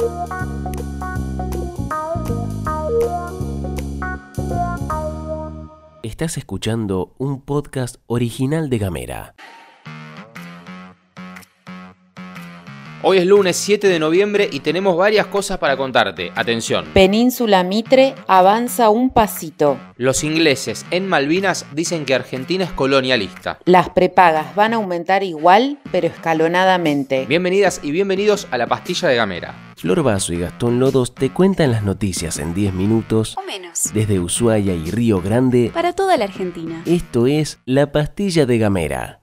Estás escuchando un podcast original de Gamera. Hoy es lunes 7 de noviembre y tenemos varias cosas para contarte. Atención. Península Mitre avanza un pasito. Los ingleses en Malvinas dicen que Argentina es colonialista. Las prepagas van a aumentar igual, pero escalonadamente. Bienvenidas y bienvenidos a La Pastilla de Gamera. Flor Basso y Gastón Lodos te cuentan las noticias en 10 minutos o menos. Desde Ushuaia y Río Grande para toda la Argentina. Esto es La Pastilla de Gamera.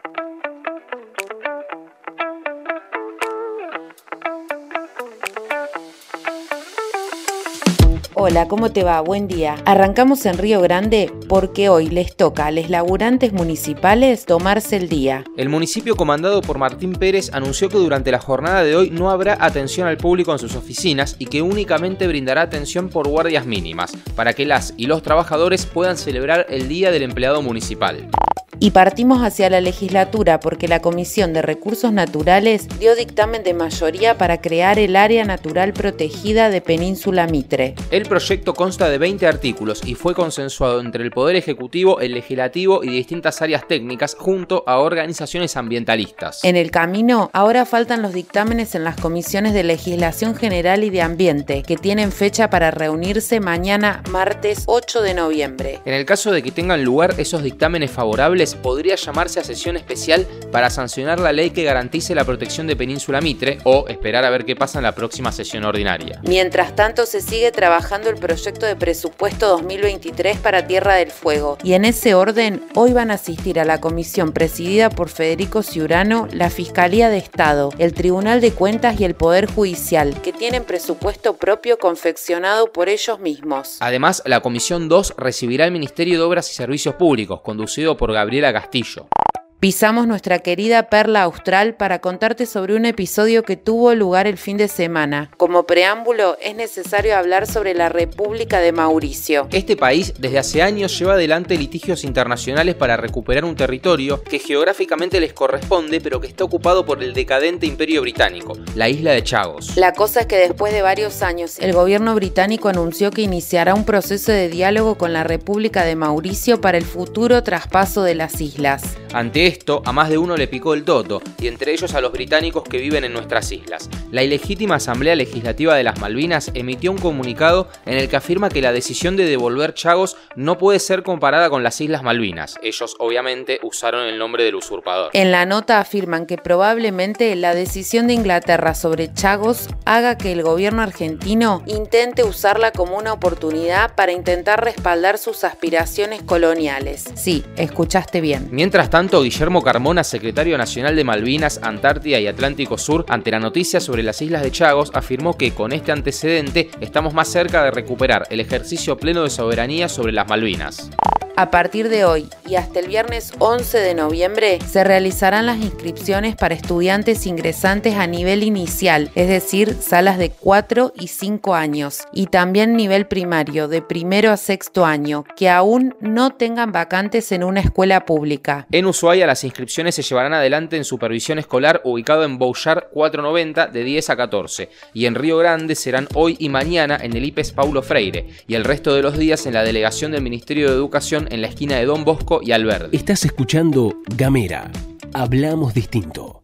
Hola, ¿cómo te va? Buen día. Arrancamos en Río Grande porque hoy les toca a los laburantes municipales tomarse el día. El municipio comandado por Martín Pérez anunció que durante la jornada de hoy no habrá atención al público en sus oficinas y que únicamente brindará atención por guardias mínimas, para que las y los trabajadores puedan celebrar el Día del Empleado Municipal. Y partimos hacia la legislatura porque la Comisión de Recursos Naturales dio dictamen de mayoría para crear el Área Natural Protegida de Península Mitre. El proyecto consta de 20 artículos y fue consensuado entre el Poder Ejecutivo, el Legislativo y distintas áreas técnicas junto a organizaciones ambientalistas. En el camino, ahora faltan los dictámenes en las comisiones de Legislación General y de Ambiente, que tienen fecha para reunirse mañana, martes 8 de noviembre. En el caso de que tengan lugar esos dictámenes favorables, podría llamarse a sesión especial para sancionar la ley que garantice la protección de Península Mitre o esperar a ver qué pasa en la próxima sesión ordinaria. Mientras tanto, se sigue trabajando el proyecto de presupuesto 2023 para Tierra del Fuego y en ese orden, hoy van a asistir a la comisión presidida por Federico Ciurano, la Fiscalía de Estado, el Tribunal de Cuentas y el Poder Judicial, que tienen presupuesto propio confeccionado por ellos mismos. Además, la Comisión 2 recibirá el Ministerio de Obras y Servicios Públicos, conducido por Gabriela Castillo. Pisamos nuestra querida perla austral para contarte sobre un episodio que tuvo lugar el fin de semana. Como preámbulo, es necesario hablar sobre la República de Mauricio. Este país desde hace años lleva adelante litigios internacionales para recuperar un territorio que geográficamente les corresponde, pero que está ocupado por el decadente Imperio Británico, la isla de Chagos. La cosa es que después de varios años, el gobierno británico anunció que iniciará un proceso de diálogo con la República de Mauricio para el futuro traspaso de las islas. Ante esto, a más de uno le picó el toto, y entre ellos a los británicos que viven en nuestras islas. La ilegítima Asamblea Legislativa de las Malvinas emitió un comunicado en el que afirma que la decisión de devolver Chagos no puede ser comparada con las Islas Malvinas. Ellos, obviamente, usaron el nombre del usurpador. En la nota afirman que probablemente la decisión de Inglaterra sobre Chagos haga que el gobierno argentino intente usarla como una oportunidad para intentar respaldar sus aspiraciones coloniales. Sí, escuchaste bien. Mientras tanto, Guillermo Carmona, secretario nacional de Malvinas, Antártida y Atlántico Sur, ante la noticia sobre las Islas de Chagos, afirmó que con este antecedente estamos más cerca de recuperar el ejercicio pleno de soberanía sobre las Malvinas. A partir de hoy y hasta el viernes 11 de noviembre se realizarán las inscripciones para estudiantes ingresantes a nivel inicial, es decir, salas de 4 y 5 años, y también nivel primario, de primero a sexto año, que aún no tengan vacantes en una escuela pública. En Ushuaia las inscripciones se llevarán adelante en Supervisión Escolar, ubicado en Bouchard 490 de 10 a 14, y en Río Grande serán hoy y mañana en el IPES Paulo Freire, y el resto de los días en la delegación del Ministerio de Educación en la esquina de Don Bosco y Alverde. Estás escuchando Gamera. Hablamos distinto.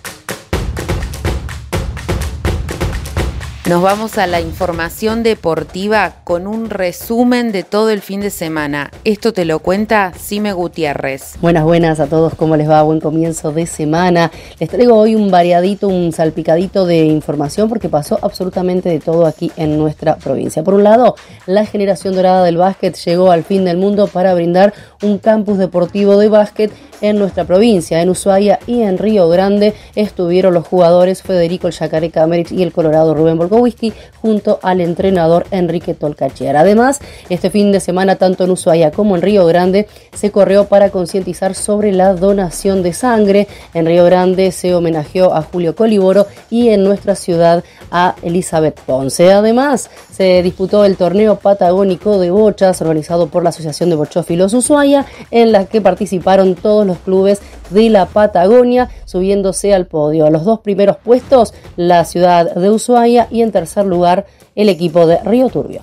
Nos vamos a la información deportiva con un resumen de todo el fin de semana. Esto te lo cuenta Sime Gutiérrez. Buenas a todos, ¿cómo les va? Buen comienzo de semana. Les traigo hoy un variadito, un salpicadito de información porque pasó absolutamente de todo aquí en nuestra provincia. Por un lado, la generación dorada del básquet llegó al fin del mundo para brindar un campus deportivo de básquet en nuestra provincia. En Ushuaia y en Río Grande estuvieron los jugadores Federico el Yacaré Camerich y el Colorado Rubén Volkowski junto al entrenador Enrique Tolcachier. Además, este fin de semana, tanto en Ushuaia como en Río Grande, se corrió para concientizar sobre la donación de sangre. En Río Grande se homenajeó a Julio Coliboro y en nuestra ciudad a Elizabeth Ponce. Además, se disputó el torneo patagónico de bochas organizado por la Asociación de Bochófilos Ushuaia, en la que participaron todos los clubes de la Patagonia, subiéndose al podio. A los 2 primeros puestos, la ciudad de Ushuaia, y en tercer lugar, el equipo de Río Turbio.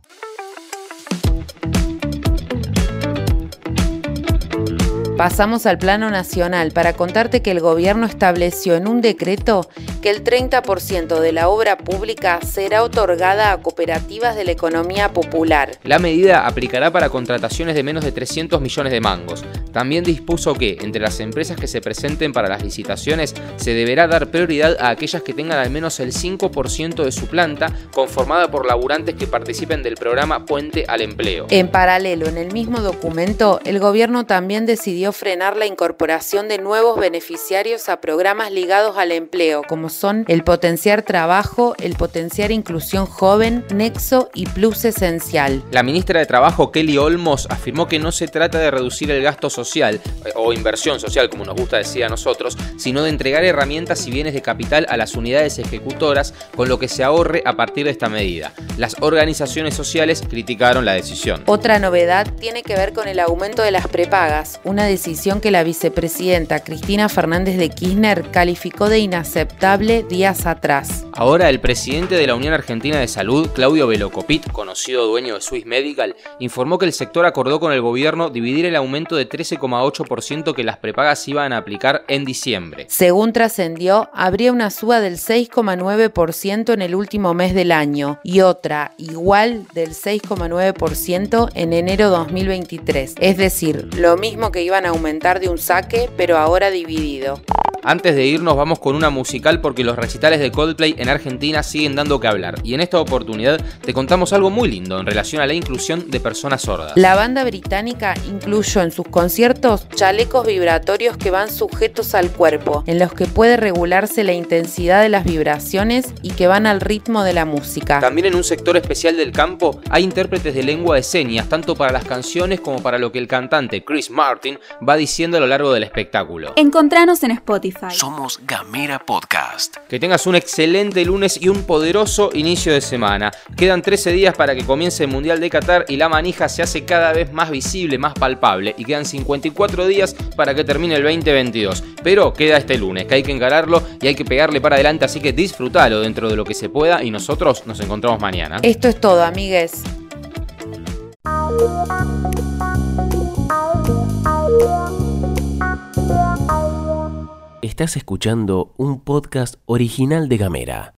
Pasamos al plano nacional para contarte que el gobierno estableció en un decreto que el 30% de la obra pública será otorgada a cooperativas de la economía popular. La medida aplicará para contrataciones de menos de 300 millones de mangos. También dispuso que, entre las empresas que se presenten para las licitaciones, se deberá dar prioridad a aquellas que tengan al menos el 5% de su planta conformada por laburantes que participen del programa Puente al Empleo. En paralelo, en el mismo documento, el gobierno también decidió frenar la incorporación de nuevos beneficiarios a programas ligados al empleo, como son el Potenciar Trabajo, el Potenciar Inclusión Joven, Nexo y Plus Esencial. La ministra de Trabajo, Kelly Olmos, afirmó que no se trata de reducir el gasto social, o inversión social, como nos gusta decir a nosotros, sino de entregar herramientas y bienes de capital a las unidades ejecutoras, con lo que se ahorre a partir de esta medida. Las organizaciones sociales criticaron la decisión. Otra novedad tiene que ver con el aumento de las prepagas, una decisión que la vicepresidenta Cristina Fernández de Kirchner calificó de inaceptable días atrás. Ahora el presidente de la Unión Argentina de Salud, Claudio Velocopit, conocido dueño de Swiss Medical, informó que el sector acordó con el gobierno dividir el aumento de 13,8% que las prepagas iban a aplicar en diciembre. Según trascendió, habría una suba del 6,9% en el último mes del año y otra igual del 6,9% en enero 2023. Es decir, lo mismo que iban a aumentar de un saque, pero ahora dividido. Antes de irnos vamos con una musical porque los recitales de Coldplay en Argentina siguen dando que hablar y en esta oportunidad te contamos algo muy lindo en relación a la inclusión de personas sordas. La banda británica incluyó en sus conciertos chalecos vibratorios que van sujetos al cuerpo, en los que puede regularse la intensidad de las vibraciones y que van al ritmo de la música. También en un sector especial del campo hay intérpretes de lengua de señas, tanto para las canciones como para lo que el cantante Chris Martin va diciendo a lo largo del espectáculo. Encontranos en Spotify. Somos Gamera Podcast. Que tengas un excelente lunes y un poderoso inicio de semana. Quedan 13 días para que comience el Mundial de Qatar y la manija se hace cada vez más visible, más palpable. Y quedan 54 días para que termine el 2022. Pero queda este lunes, que hay que encararlo y hay que pegarle para adelante, así que disfrútalo dentro de lo que se pueda y nosotros nos encontramos mañana. Esto es todo, amigues. Estás escuchando un podcast original de Gamera.